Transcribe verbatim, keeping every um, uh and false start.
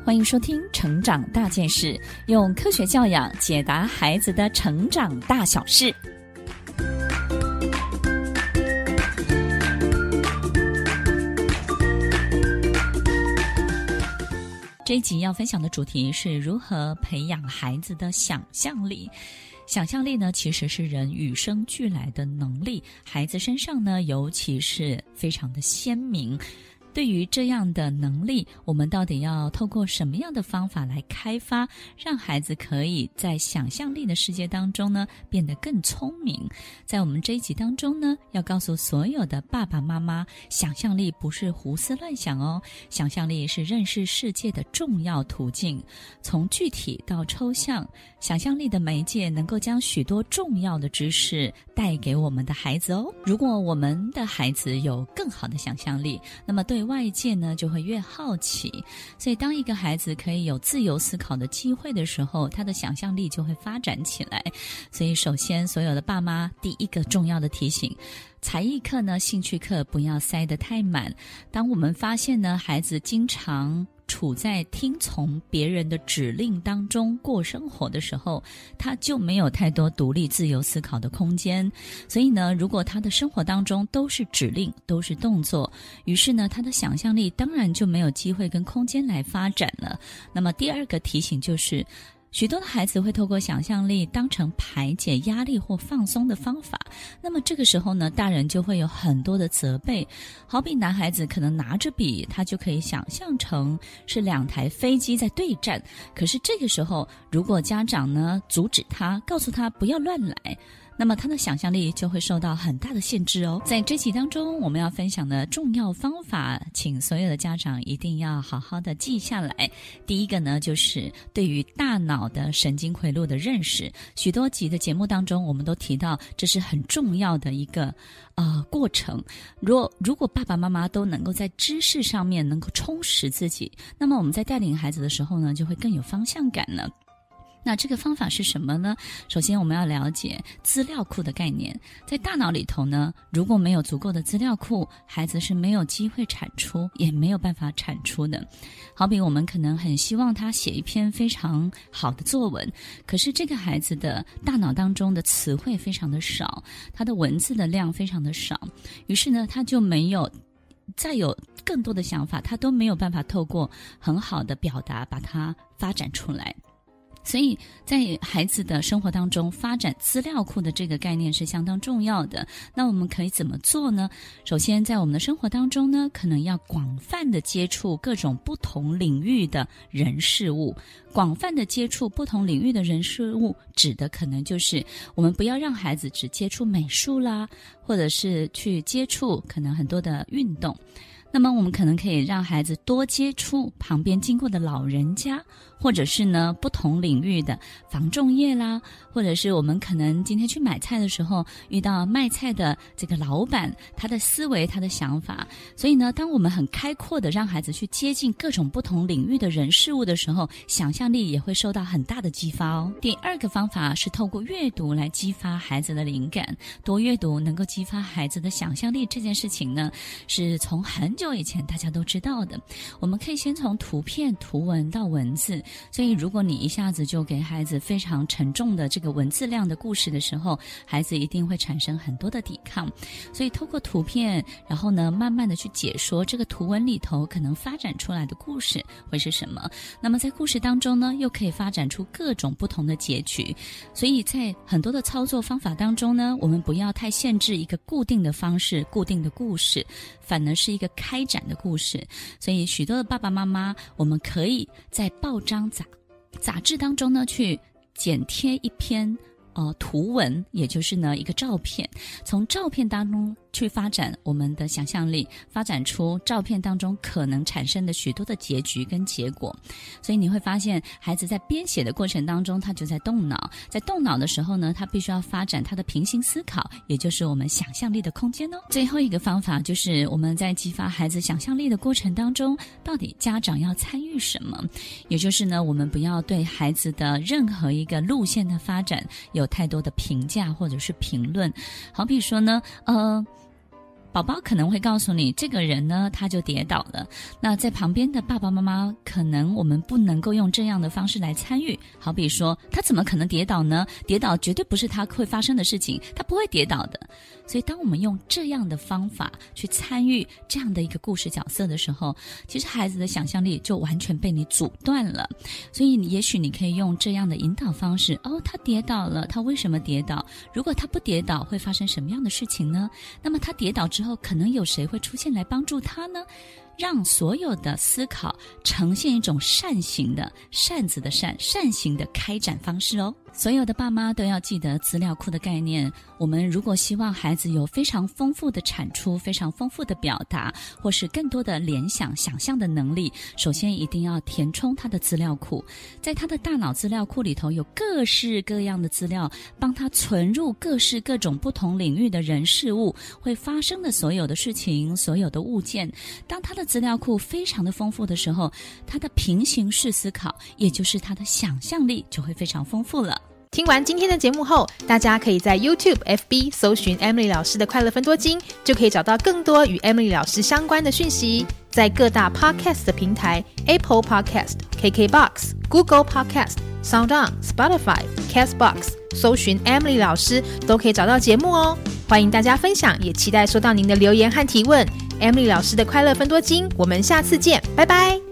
欢迎收听《成长大件事》，用科学教养解答孩子的成长大小事。这一集要分享的主题是如何培养孩子的想象力。想象力呢，其实是人与生俱来的能力，孩子身上呢，尤其是非常的鲜明。对于这样的能力，我们到底要透过什么样的方法来开发，让孩子可以在想象力的世界当中呢，变得更聪明？在我们这一集当中呢，要告诉所有的爸爸妈妈，想象力不是胡思乱想哦，想象力是认识世界的重要途径。从具体到抽象，想象力的媒介能够将许多重要的知识带给我们的孩子哦。如果我们的孩子有更好的想象力，那么对外界呢就会越好奇。所以当一个孩子可以有自由思考的机会的时候，他的想象力就会发展起来。所以首先所有的爸妈第一个重要的提醒，才艺课呢，兴趣课不要塞得太满。当我们发现呢，孩子经常处在听从别人的指令当中过生活的时候，他就没有太多独立自由思考的空间。所以呢，如果他的生活当中都是指令，都是动作，于是呢，他的想象力当然就没有机会跟空间来发展了。那么第二个提醒就是，许多的孩子会透过想象力当成排解压力或放松的方法，那么这个时候呢，大人就会有很多的责备。好比男孩子可能拿着笔，他就可以想象成是两台飞机在对战，可是这个时候如果家长呢阻止他，告诉他不要乱来，那么他的想象力就会受到很大的限制哦。在这期当中，我们要分享的重要方法，请所有的家长一定要好好的记下来。第一个呢，就是对于大脑的神经回路的认识。许多集的节目当中，我们都提到这是很重要的一个呃过程。若如果爸爸妈妈都能够在知识上面能够充实自己，那么我们在带领孩子的时候呢，就会更有方向感呢。那这个方法是什么呢？首先我们要了解资料库的概念。在大脑里头呢，如果没有足够的资料库，孩子是没有机会产出，也没有办法产出的。好比我们可能很希望他写一篇非常好的作文，可是这个孩子的大脑当中的词汇非常的少，他的文字的量非常的少，于是呢，他就没有再有更多的想法，他都没有办法透过很好的表达把它发展出来。所以在孩子的生活当中，发展资料库的这个概念是相当重要的。那我们可以怎么做呢？首先在我们的生活当中呢，可能要广泛的接触各种不同领域的人事物。广泛的接触不同领域的人事物，指的可能就是我们不要让孩子只接触美术啦，或者是去接触可能很多的运动。那么我们可能可以让孩子多接触旁边经过的老人家，或者是呢不同领域的房仲业啦，或者是我们可能今天去买菜的时候遇到卖菜的这个老板，他的思维，他的想法。所以呢，当我们很开阔的让孩子去接近各种不同领域的人事物的时候，想象力也会受到很大的激发哦。第二个方法是透过阅读来激发孩子的灵感。多阅读能够激发孩子的想象力，这件事情呢，是从很久以前大家都知道的。我们可以先从图片、图文到文字，所以如果你一下子就给孩子非常沉重的这个文字量的故事的时候，孩子一定会产生很多的抵抗。所以透过图片，然后呢慢慢的去解说这个图文里头可能发展出来的故事会是什么。那么在故事当中呢，又可以发展出各种不同的结局。所以在很多的操作方法当中呢，我们不要太限制一个固定的方式、固定的故事，反而是一个开展的故事。所以许多的爸爸妈妈，我们可以在报章杂杂志当中呢去剪贴一篇呃图文，也就是呢一个照片，从照片当中去发展我们的想象力，发展出照片当中可能产生的许多的结局跟结果。所以你会发现孩子在编写的过程当中，他就在动脑，在动脑的时候呢，他必须要发展他的平行思考，也就是我们想象力的空间哦。最后一个方法就是我们在激发孩子想象力的过程当中，到底家长要参与什么？也就是呢，我们不要对孩子的任何一个路线的发展有太多的评价或者是评论。好比说呢，呃宝宝可能会告诉你这个人呢他就跌倒了，那在旁边的爸爸妈妈可能我们不能够用这样的方式来参与，好比说他怎么可能跌倒呢？跌倒绝对不是他会发生的事情，他不会跌倒的。所以当我们用这样的方法去参与这样的一个故事角色的时候，其实孩子的想象力就完全被你阻断了。所以也许你可以用这样的引导方式，哦，他跌倒了，他为什么跌倒？如果他不跌倒会发生什么样的事情呢？那么他跌倒之后可能有谁会出现来帮助他呢？让所有的思考呈现一种扇形的，扇子的扇，扇形的开展方式哦。所有的爸妈都要记得资料库的概念，我们如果希望孩子有非常丰富的产出，非常丰富的表达，或是更多的联想想象的能力，首先一定要填充他的资料库。在他的大脑资料库里头有各式各样的资料，帮他存入各式各种不同领域的人事物会发生的所有的事情，所有的物件。当他的资料库非常的丰富的时候，他的平行式思考，也就是他的想象力就会非常丰富了。 听完今天的节目后，大家可以在 YouTube、F B 搜寻 Emily 老师的快乐分多金，就可以找到更多与 Emily 老师相关的讯息。在各大 Podcast 的平台 Apple Podcast、K K B O X、Google Podcast、SoundOn、Spotify、Castbox 搜寻 Emily 老师都可以找到节目哦。欢迎大家分享，也期待收到您的留言和提问。Emily 老师的快乐分多金，我们下次见，拜拜。